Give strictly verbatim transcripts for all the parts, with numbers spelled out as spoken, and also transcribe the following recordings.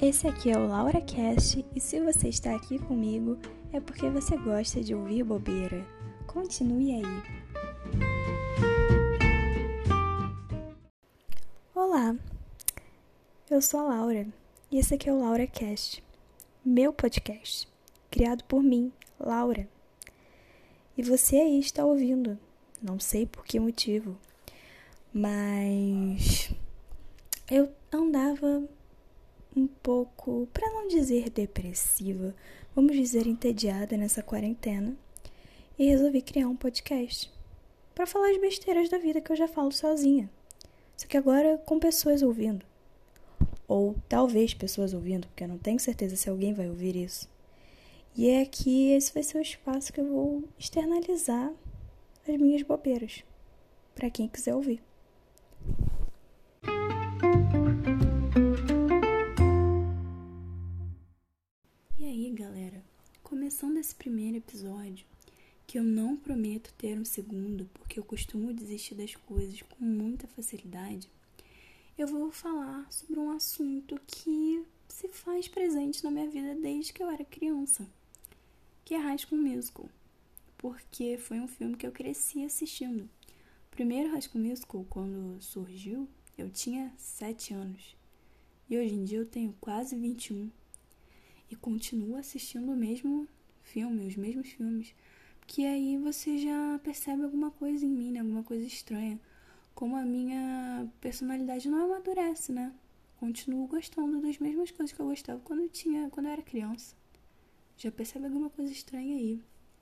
Esse aqui é o LauraCast e se você está aqui comigo é porque você gosta de ouvir bobeira. Continue aí. Olá, eu sou a Laura e esse aqui é o LauraCast, meu podcast, criado por mim, Laura. E você aí está ouvindo, não sei por que motivo, mas eu andava um pouco, para não dizer depressiva, vamos dizer entediada nessa quarentena, e resolvi criar um podcast para falar as besteiras da vida que eu já falo sozinha, só que agora com pessoas ouvindo, ou talvez pessoas ouvindo, porque eu não tenho certeza se alguém vai ouvir isso. E é aqui, esse vai ser o espaço que eu vou externalizar as minhas bobeiras, para quem quiser ouvir. E aí, galera, começando esse primeiro episódio, que eu não prometo ter um segundo, porque eu costumo desistir das coisas com muita facilidade, eu vou falar sobre um assunto que se faz presente na minha vida desde que eu era criança, que é High School Musical, porque foi um filme que eu cresci assistindo. O primeiro High School Musical, quando surgiu, eu tinha sete anos, e hoje em dia eu tenho quase vinte e um. E continuo assistindo o mesmo filme, os mesmos filmes. Que aí você já percebe alguma coisa em mim, né? Alguma coisa estranha. Como a minha personalidade não amadurece, né? Continuo gostando das mesmas coisas que eu gostava quando eu, tinha, quando eu era criança. Já percebe alguma coisa estranha aí.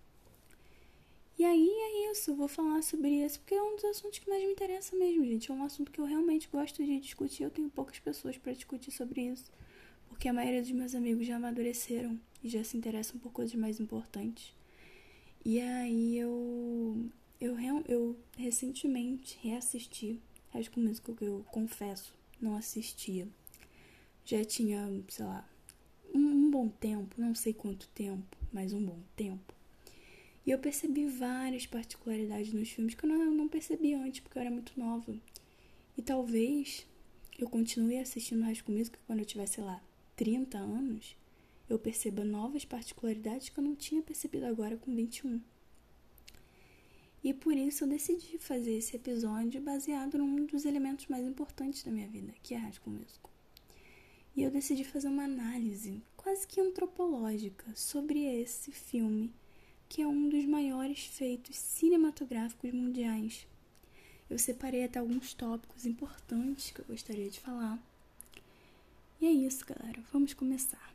E aí é isso, eu vou falar sobre isso, porque é um dos assuntos que mais me interessa mesmo, gente. É um assunto que eu realmente gosto de discutir. Eu tenho poucas pessoas para discutir sobre isso. Porque a maioria dos meus amigos já amadureceram e já se interessam por coisas mais importantes. E aí eu, eu, eu recentemente reassisti High School Musical, que eu confesso, não assistia. Já tinha, sei lá, um, um bom tempo, não sei quanto tempo, mas um bom tempo. E eu percebi várias particularidades nos filmes que eu não, eu não percebi antes, porque eu era muito nova. E talvez eu continue assistindo High School Musical quando eu tiver, sei lá, trinta anos, eu perceba novas particularidades que eu não tinha percebido agora com vinte e um. E por isso eu decidi fazer esse episódio baseado num dos elementos mais importantes da minha vida, que é High School Musical. E eu decidi fazer uma análise quase que antropológica sobre esse filme, que é um dos maiores feitos cinematográficos mundiais. Eu separei até alguns tópicos importantes que eu gostaria de falar. E é isso, galera. Vamos começar.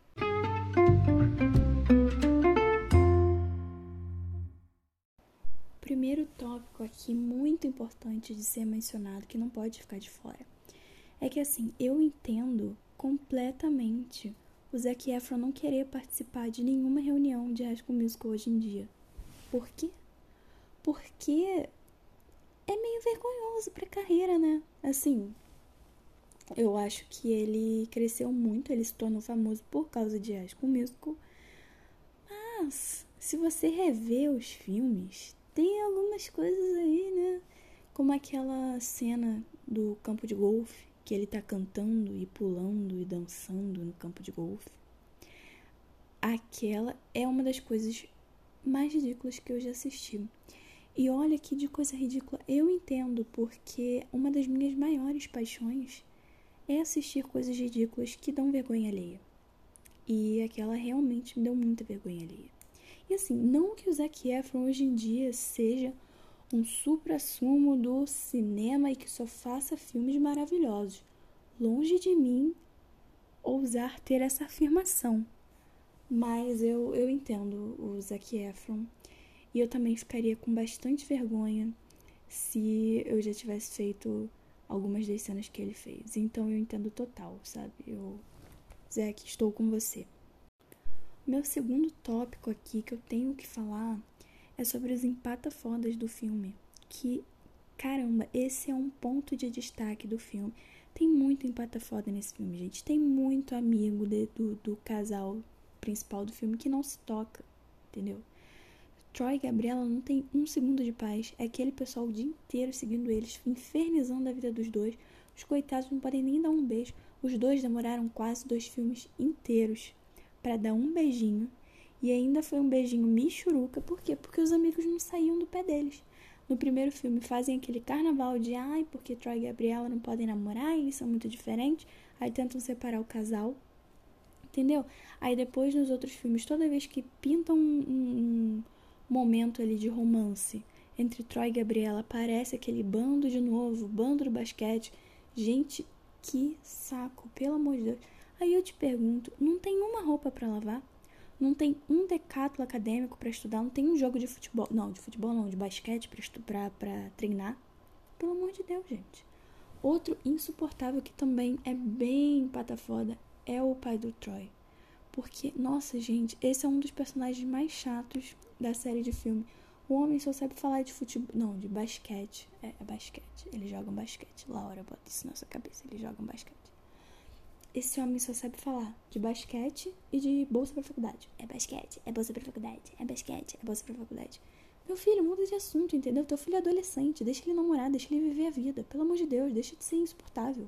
O primeiro tópico aqui, muito importante de ser mencionado, que não pode ficar de fora, é que, assim, eu entendo completamente o Zac Efron não querer participar de nenhuma reunião de High School Musical hoje em dia. Por quê? Porque é meio vergonhoso pra carreira, né? Assim, eu acho que ele cresceu muito, ele se tornou famoso por causa de High School Musical. Mas, se você rever os filmes, tem algumas coisas aí, né? Como aquela cena do campo de golfe, que ele tá cantando e pulando e dançando no campo de golfe. Aquela é uma das coisas mais ridículas que eu já assisti. E olha que de coisa ridícula eu entendo, porque uma das minhas maiores paixões é assistir coisas ridículas que dão vergonha alheia. E aquela realmente me deu muita vergonha alheia. E assim, não que o Zac Efron hoje em dia seja um supra-sumo do cinema e que só faça filmes maravilhosos. Longe de mim ousar ter essa afirmação. Mas eu, eu entendo o Zac Efron. E eu também ficaria com bastante vergonha se eu já tivesse feito algumas das cenas que ele fez. Então eu entendo total, sabe? Eu, Zac, estou com você. Meu segundo tópico aqui que eu tenho que falar é sobre os empata-fodas do filme. Que, caramba, esse é um ponto de destaque do filme. Tem muito empata-foda nesse filme, gente. Tem muito amigo de, do, do casal principal do filme que não se toca, entendeu? Troy e Gabriela não tem um segundo de paz. É aquele pessoal o dia inteiro seguindo eles, infernizando a vida dos dois, Os coitados não podem nem dar um beijo. Os dois demoraram quase dois filmes inteiros para dar um beijinho. E ainda foi um beijinho michuruca. Por quê? Porque os amigos não saíam do pé deles. No primeiro filme fazem aquele carnaval de ai, porque Troy e Gabriela não podem namorar, eles são muito diferentes. Aí tentam separar o casal. Entendeu? Aí depois nos outros filmes, toda vez que pintam um, um, um momento ali de romance entre Troy e Gabriela, aparece aquele bando de novo, bando do basquete. Gente, que saco, pelo amor de Deus. Aí eu te pergunto, não tem uma roupa pra lavar? Não tem um decátulo acadêmico pra estudar? Não tem um jogo de futebol? Não, de futebol não, de basquete pra, pra, pra treinar? Pelo amor de Deus, gente. Outro insuportável que também é bem pata foda é o pai do Troy. Porque, nossa, gente, esse é um dos personagens mais chatos da série de filme. O homem só sabe falar de futebol... Não, de basquete. É, é basquete. Eles jogam basquete. Laura, bota isso na sua cabeça. Eles jogam basquete. Esse homem só sabe falar de basquete e de bolsa pra faculdade. É basquete, é bolsa pra faculdade. É basquete, é bolsa pra faculdade. Meu filho, muda de assunto, entendeu? Teu filho é adolescente. Deixa ele namorar, deixa ele viver a vida. Pelo amor de Deus, deixa de ser insuportável.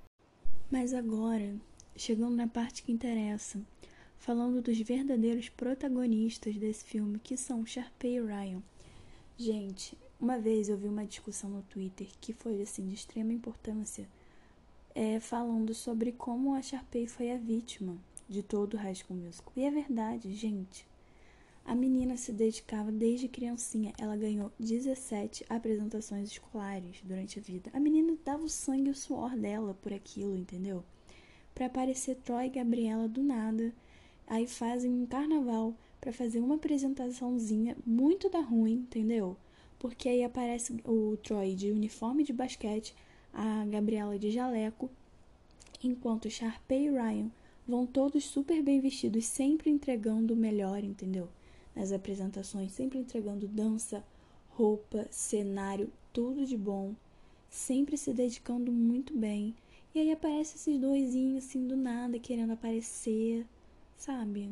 Mas agora, chegando na parte que interessa, falando dos verdadeiros protagonistas desse filme, que são Sharpay e Ryan. Gente, uma vez eu vi uma discussão no Twitter que foi, assim, de extrema importância, é, falando sobre como a Sharpay foi a vítima de todo o High School Musical. E é verdade, gente. A menina se dedicava desde criancinha. Ela ganhou dezessete apresentações escolares durante a vida. A menina dava o sangue e o suor dela por aquilo, entendeu? Pra aparecer Troy e Gabriela do nada. Aí fazem um carnaval pra fazer uma apresentaçãozinha muito da ruim, entendeu? Porque aí aparece o Troy de uniforme de basquete, a Gabriela de jaleco, enquanto Sharpay e Ryan vão todos super bem vestidos, sempre entregando o melhor, entendeu? Nas apresentações, sempre entregando dança, roupa, cenário, tudo de bom, sempre se dedicando muito bem. E aí aparece esses doisinhos assim do nada, querendo aparecer, sabe?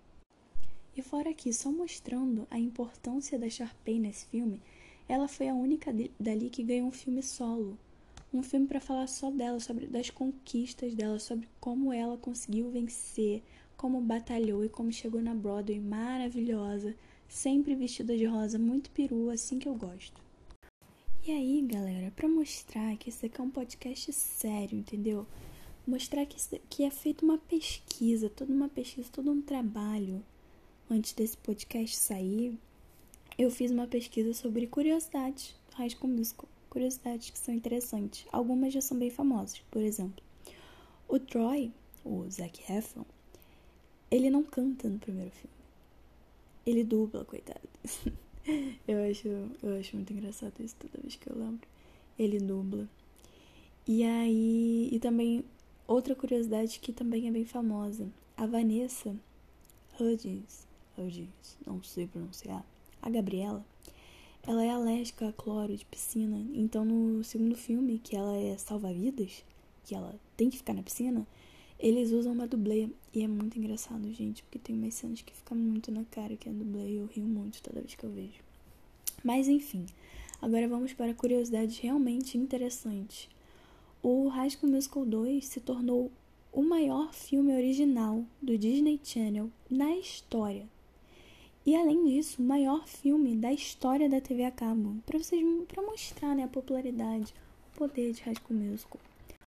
E fora aqui, só mostrando a importância da Sharpay nesse filme, ela foi a única dali que ganhou um filme solo. Um filme para falar só dela, sobre das conquistas dela, sobre como ela conseguiu vencer, como batalhou e como chegou na Broadway maravilhosa, sempre vestida de rosa, muito perua, assim que eu gosto. E aí, galera, para mostrar que esse aqui é um podcast sério, entendeu? Mostrar que, que é feita uma pesquisa, toda uma pesquisa, todo um trabalho. Antes desse podcast sair, eu fiz uma pesquisa sobre curiosidades do High School Musical. Curiosidades que são interessantes. Algumas já são bem famosas. Por exemplo, o Troy, o Zac Efron, ele não canta no primeiro filme. Ele dubla, coitado. eu, acho, eu acho muito engraçado isso toda vez que eu lembro. Ele dubla. E aí... E também, outra curiosidade que também é bem famosa. A Vanessa Hudgens, Hudgens, não sei pronunciar, a Gabriela, ela é alérgica a cloro de piscina. Então no segundo filme, que ela é salva-vidas, que ela tem que ficar na piscina, eles usam uma dublê. E é muito engraçado, gente, porque tem umas cenas que ficam muito na cara que é dublê e eu rio muito toda vez que eu vejo. Mas enfim, agora vamos para curiosidades realmente interessantes. O High School Musical dois se tornou o maior filme original do Disney Channel na história. E além disso, o maior filme da história da T V a cabo, para vocês, para mostrar, né, a popularidade, o poder de High School Musical.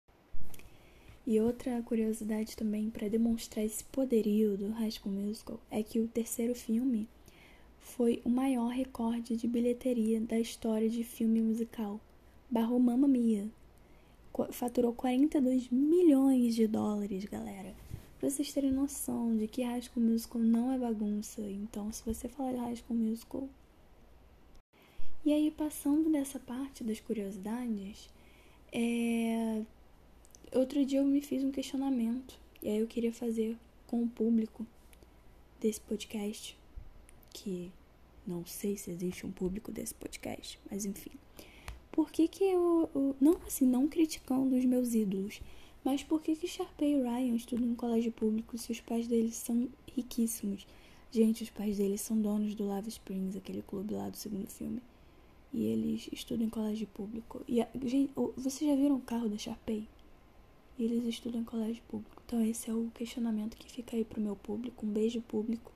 E outra curiosidade também para demonstrar esse poderio do High School Musical é que o terceiro filme foi o maior recorde de bilheteria da história de filme musical. Barrou Mamma Mia. Faturou quarenta e dois milhões de dólares, galera. Pra vocês terem noção de que High School Musical não é bagunça. Então, se você falar de High School Musical... E aí, passando dessa parte das curiosidades, é... outro dia eu me fiz um questionamento. E aí eu queria fazer com o público desse podcast. Que não sei se existe um público desse podcast, mas enfim. Por que que eu... eu não, assim, não criticando os meus ídolos... Mas por que que Sharpay e Ryan estudam em colégio público se os pais deles são riquíssimos? Gente, os pais deles são donos do Lava Springs, aquele clube lá do segundo filme. e eles estudam em colégio público. E a, gente, vocês já viram o carro da Sharpay? E eles estudam em colégio público. Então esse é o questionamento que fica aí pro meu público. Um beijo, público.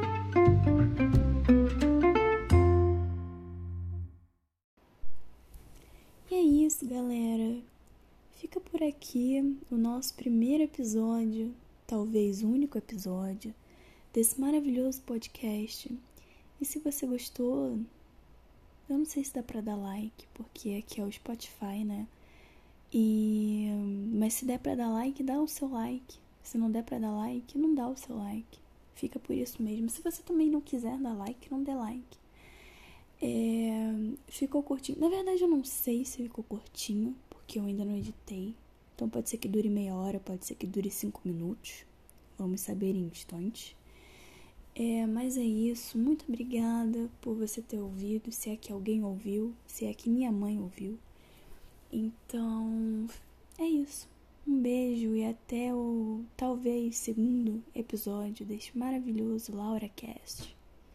E é isso, galera. Fica por aqui o nosso primeiro episódio, talvez único episódio, desse maravilhoso podcast. E se você gostou, eu não sei se dá pra dar like, porque aqui é o Spotify, né? E... Mas se der pra dar like, dá o seu like. Se não der pra dar like, não dá o seu like. Fica por isso mesmo. Se você também não quiser dar like, não dê like. É... Ficou curtinho. Na verdade, eu não sei se ficou curtinho, porque eu ainda não editei. Então pode ser que dure meia hora, pode ser que dure cinco minutos. Vamos saber em instantes. É, mas é isso. Muito obrigada por você ter ouvido. Se é que alguém ouviu. Se é que minha mãe ouviu. Então, é isso. Um beijo e até o, talvez, segundo episódio deste maravilhoso LauraCast.